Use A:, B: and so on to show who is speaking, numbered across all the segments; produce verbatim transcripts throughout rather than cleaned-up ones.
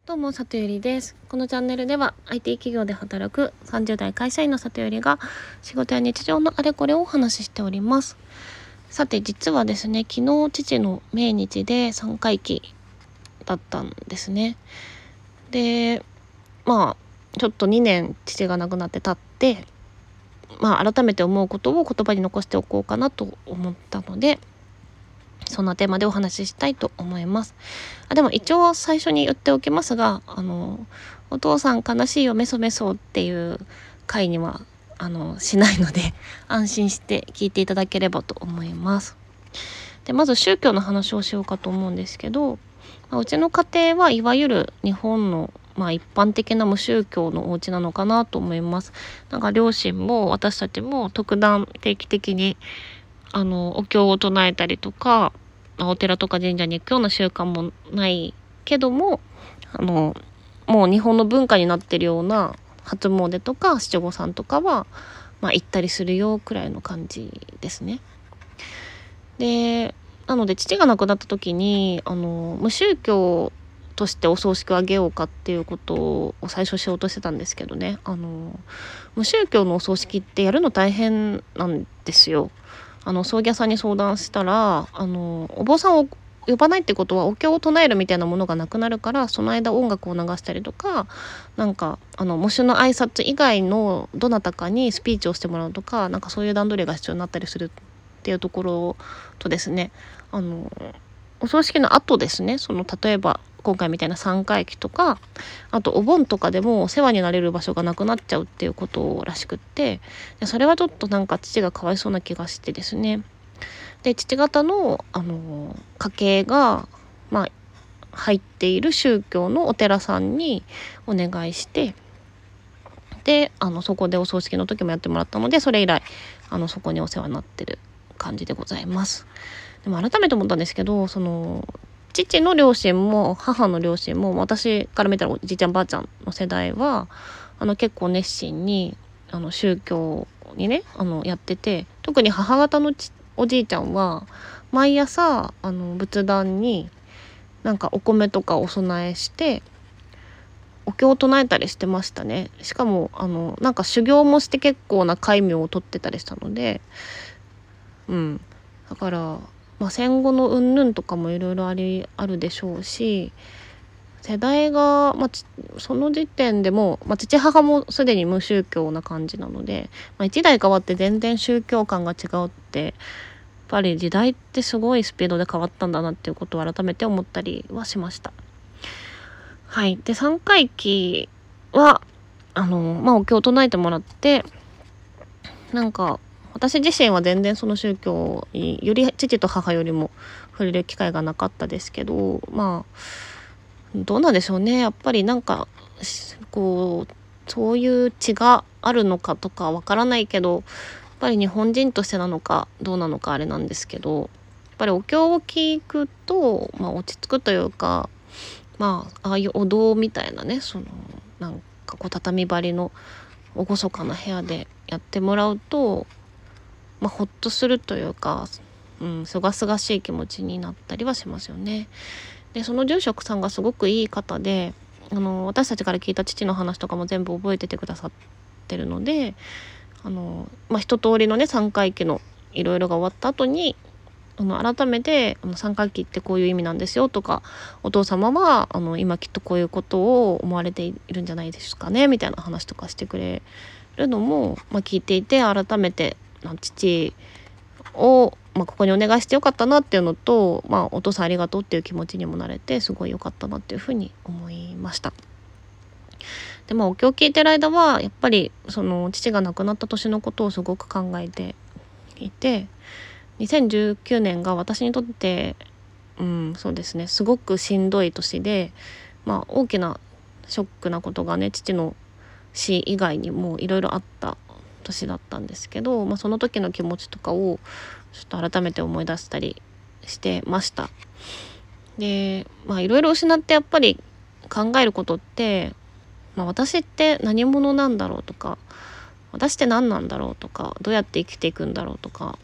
A: どうも、里よりです。このチャンネルでは アイティー 企業で働くさんじゅう代会社員の里よりが仕事や日常のあれこれをお話ししております。さて、実はですね、昨日父の命日でさんかい忌だったんですね。で、まあちょっとにねん父が亡くなって経って、まあ改めて思うことを言葉に残しておこうかなと思ったので、そんなテーマでお話ししたいと思います。あでも一応最初に言っておきますが、あのお父さん悲しいよメソメソっていう回にはあのしないので安心して聞いていただければと思います。でまず宗教の話をしようかと思うんですけど、まあ、うちの家庭はいわゆる日本のまあ一般的な無宗教のお家なのかなと思います。なんか両親も私たちも特段定期的にあのお経を唱えたりとかお寺とか神社に行くような習慣もないけども、あのもう日本の文化になってるような初詣とか七五三とかは、まあ、行ったりするよくらいの感じですね。でなので父が亡くなった時にあの無宗教としてお葬式をあげようかっていうことを最初しようとしてたんですけどね、あの無宗教のお葬式ってやるの大変なんですよ。あの葬儀屋さんに相談したら、あのお坊さんを呼ばないってことはお経を唱えるみたいなものがなくなるから、その間音楽を流したりとか、なんかあの喪主の挨拶以外のどなたかにスピーチをしてもらうとか、なんかそういう段取りが必要になったりするっていうところとですね、あのお葬式の後ですね、その例えば今回みたいな三回忌とか、あとお盆とかでもお世話になれる場所がなくなっちゃうっていうことらしくって、でそれはちょっとなんか父がかわいそうな気がしてですね。で父方のあの家系がまあ入っている宗教のお寺さんにお願いして、であのそこでお葬式の時もやってもらったので、それ以来あのそこにお世話になってる感じでございます。でも改めて思ったんですけど、その父の両親も母の両親も私から見たらおじいちゃんばあちゃんの世代はあの結構熱心にあの宗教にねあのやってて、特に母方のちおじいちゃんは毎朝あの仏壇になんかお米とかお供えしてお経を唱えたりしてましたね。しかもあのなんか修行もして結構な戒名を取ってたりしたので、うんだから、まあ、戦後の云々とかもいろいろありあるでしょうし、世代が、まあ、その時点でも、まあ、父母もすでに無宗教な感じなので、まあ、一代変わって全然宗教観が違うって、やっぱり時代ってすごいスピードで変わったんだなっていうことを改めて思ったりはしました。はい。でさんかい忌はあのまあお経を唱えてもらって、なんか私自身は全然その宗教により父と母よりも触れる機会がなかったですけど、まあどうなんでしょうね。やっぱりなんかこうそういう血があるのかとかわからないけど、やっぱり日本人としてなのかどうなのかあれなんですけど、やっぱりお経を聞くと、まあ、落ち着くというか、まあああいうお堂みたいなね、そのなんかこう畳張りの厳かな部屋でやってもらうと、まあ、ほっとするというか、うん、すがすがしい気持ちになったりはしますよね。でその住職さんがすごくいい方で、あの私たちから聞いた父の話とかも全部覚えててくださってるので、あの、まあ、一通りのねさんかい忌のいろいろが終わった後にあの改めてあのさんかい忌ってこういう意味なんですよとか、お父様はあの今きっとこういうことを思われているんじゃないですかねみたいな話とかしてくれるのも、まあ、聞いていて改めて父を、まあ、ここにお願いしてよかったなっていうのと、まあ、お父さんありがとうっていう気持ちにもなれてすごい良かったなっていうふうに思いました。でまあお経を聞いてる間はやっぱりその父が亡くなった年のことをすごく考えていて、にせんじゅうきゅうねんが私にとってうんそうですねすごくしんどい年で、まあ大きなショックなことがね父の死以外にもいろいろあった年だったんですけど、まあ、その時の気持ちとかをちょっと改めて思い出したりしてました。でまあいろいろ失ってやっぱり考えることって、まあ、私って何者なんだろうとか、私って何なんだろうとか、どうやって生きていくんだろうとか、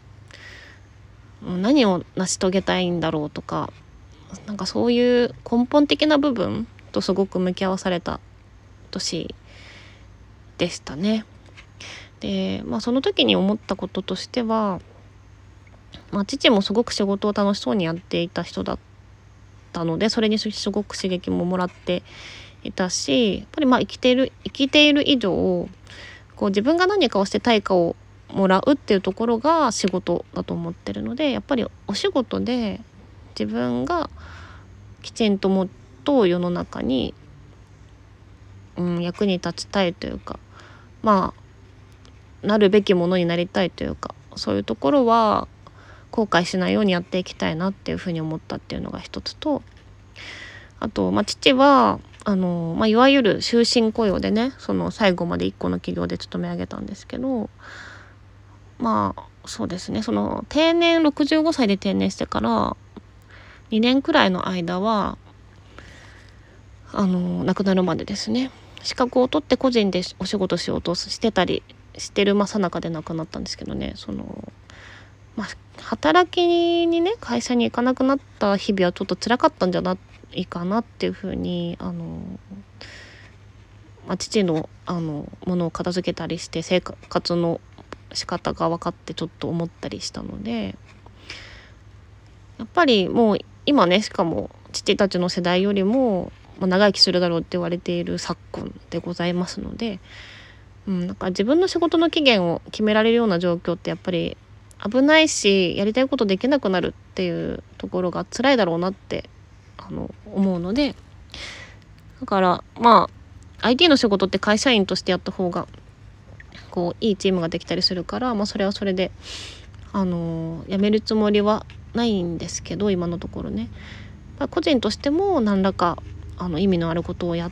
A: 何を成し遂げたいんだろうとか、なんかそういう根本的な部分とすごく向き合わされた年でしたね。で、まあ、その時に思ったこととしては、まあ、父もすごく仕事を楽しそうにやっていた人だったので、それにすごく刺激ももらっていたし、やっぱりまあ生きている生きている以上こう自分が何かをして対価をもらうっていうところが仕事だと思ってるので、やっぱりお仕事で自分がきちんともっと世の中に、うん、役に立ちたいというか、まあなるべきものになりたいというか、そういうところは後悔しないようにやっていきたいなっていうふうに思ったっていうのが一つと、あと、まあ、父はあの、まあ、いわゆる終身雇用でね、その最後まで一個の企業で勤め上げたんですけど、まあそうですね、その定年ろくじゅうごさいで定年してからにねんくらいの間はあの亡くなるまでですね、資格を取って個人でお仕事しようとしてたりしてるまさなかで亡くなったんですけどね、その、まあ、働きにね会社に行かなくなった日々はちょっと辛かったんじゃないかなっていうふうに、あの、まあ、父のあのものを片付けたりして生活の仕方が分かってちょっと思ったりしたので、やっぱりもう今ね、しかも父たちの世代よりもまあ長生きするだろうって言われている昨今でございますので、うん、なんか自分の仕事の期限を決められるような状況ってやっぱり危ないし、やりたいことできなくなるっていうところが辛いだろうなってあの思うので、だからまあ アイティー の仕事って会社員としてやった方がこういいチームができたりするから、まあ、それはそれであの辞めるつもりはないんですけど、今のところね、個人としても何らかあの意味のあることをやって、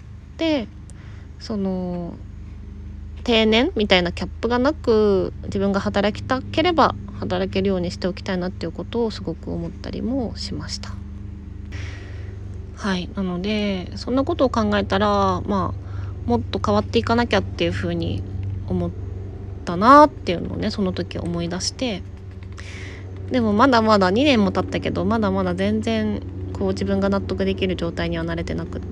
A: その定年みたいなキャップがなく自分が働きたければ働けるようにしておきたいなっていうことをすごく思ったりもしました。はい、なのでそんなことを考えたら、まあもっと変わっていかなきゃっていうふうに思ったなっていうのをね、その時思い出して、でもまだまだにねんも経ったけど、まだまだ全然こう自分が納得できる状態には慣れてなくって、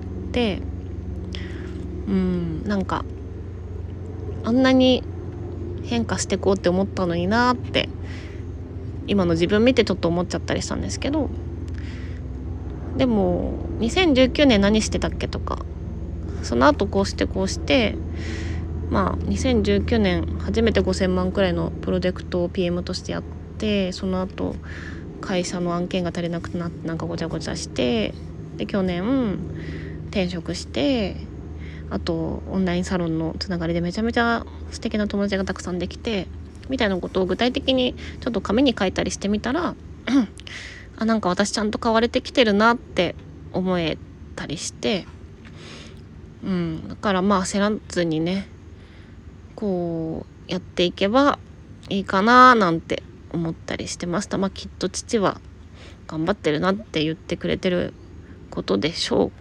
A: うんなんかあんなに変化してこうって思ったのになって今の自分見てちょっと思っちゃったりしたんですけど、でもにせんじゅうきゅうねん何してたっけとか、その後こうしてこうしてまあにせんじゅうきゅうねん初めてごせんまんくらいのプロジェクトを ピーエム としてやって、その後会社の案件が足りなくなってなんかごちゃごちゃして、で去年転職して、あとオンラインサロンのつながりでめちゃめちゃ素敵な友達がたくさんできてみたいなことを具体的にちょっと紙に書いたりしてみたらあなんか私ちゃんと変われてきてるなって思えたりして、うん、だからまあ焦らずにねこうやっていけばいいかななんて思ったりしてました。まあきっと父は頑張ってるなって言ってくれてることでしょう。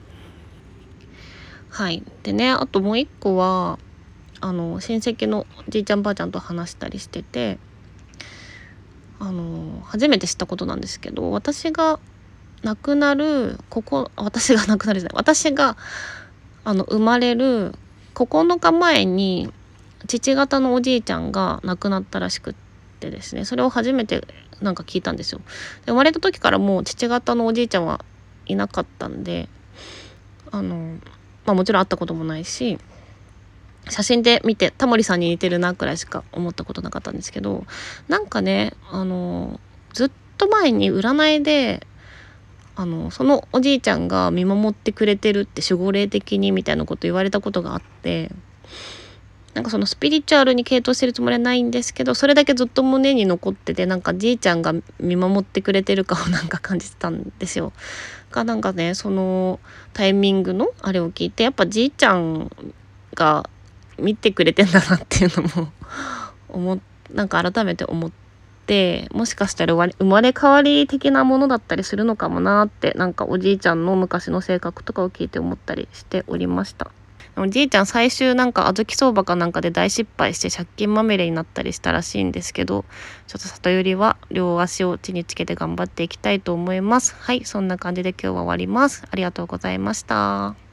A: はいでね、あともう一個はあの親戚のじいちゃんばあちゃんと話したりしてて、あの初めて知ったことなんですけど、私が亡くなるここ私が亡くなるじゃない私があの生まれるここのかまえに父方のおじいちゃんが亡くなったらしくってですね、それを初めてなんか聞いたんですよ。で生まれた時からもう父方のおじいちゃんはいなかったんで、あのまあもちろん会ったこともないし、写真で見てタモリさんに似てるなくらいしか思ったことなかったんですけど、なんかねあのずっと前に占いであのそのおじいちゃんが見守ってくれてるって守護霊的にみたいなこと言われたことがあって、なんかそのスピリチュアルに傾倒してるつもりはないんですけど、それだけずっと胸に残ってて、なんかじいちゃんが見守ってくれてるかをなんか感じてたんですよ。がなんかねそのタイミングのあれを聞いて、やっぱじいちゃんが見てくれてんだなっていうのも思なんか改めて思って、もしかしたら生まれ変わり的なものだったりするのかもなって、なんかおじいちゃんの昔の性格とかを聞いて思ったりしておりました。おじいちゃん最終なんか小豆相場かなんかで大失敗して借金まみれになったりしたらしいんですけど、ちょっと里寄りは両足を地につけて頑張っていきたいと思います。はい、そんな感じで今日は終わります。ありがとうございました。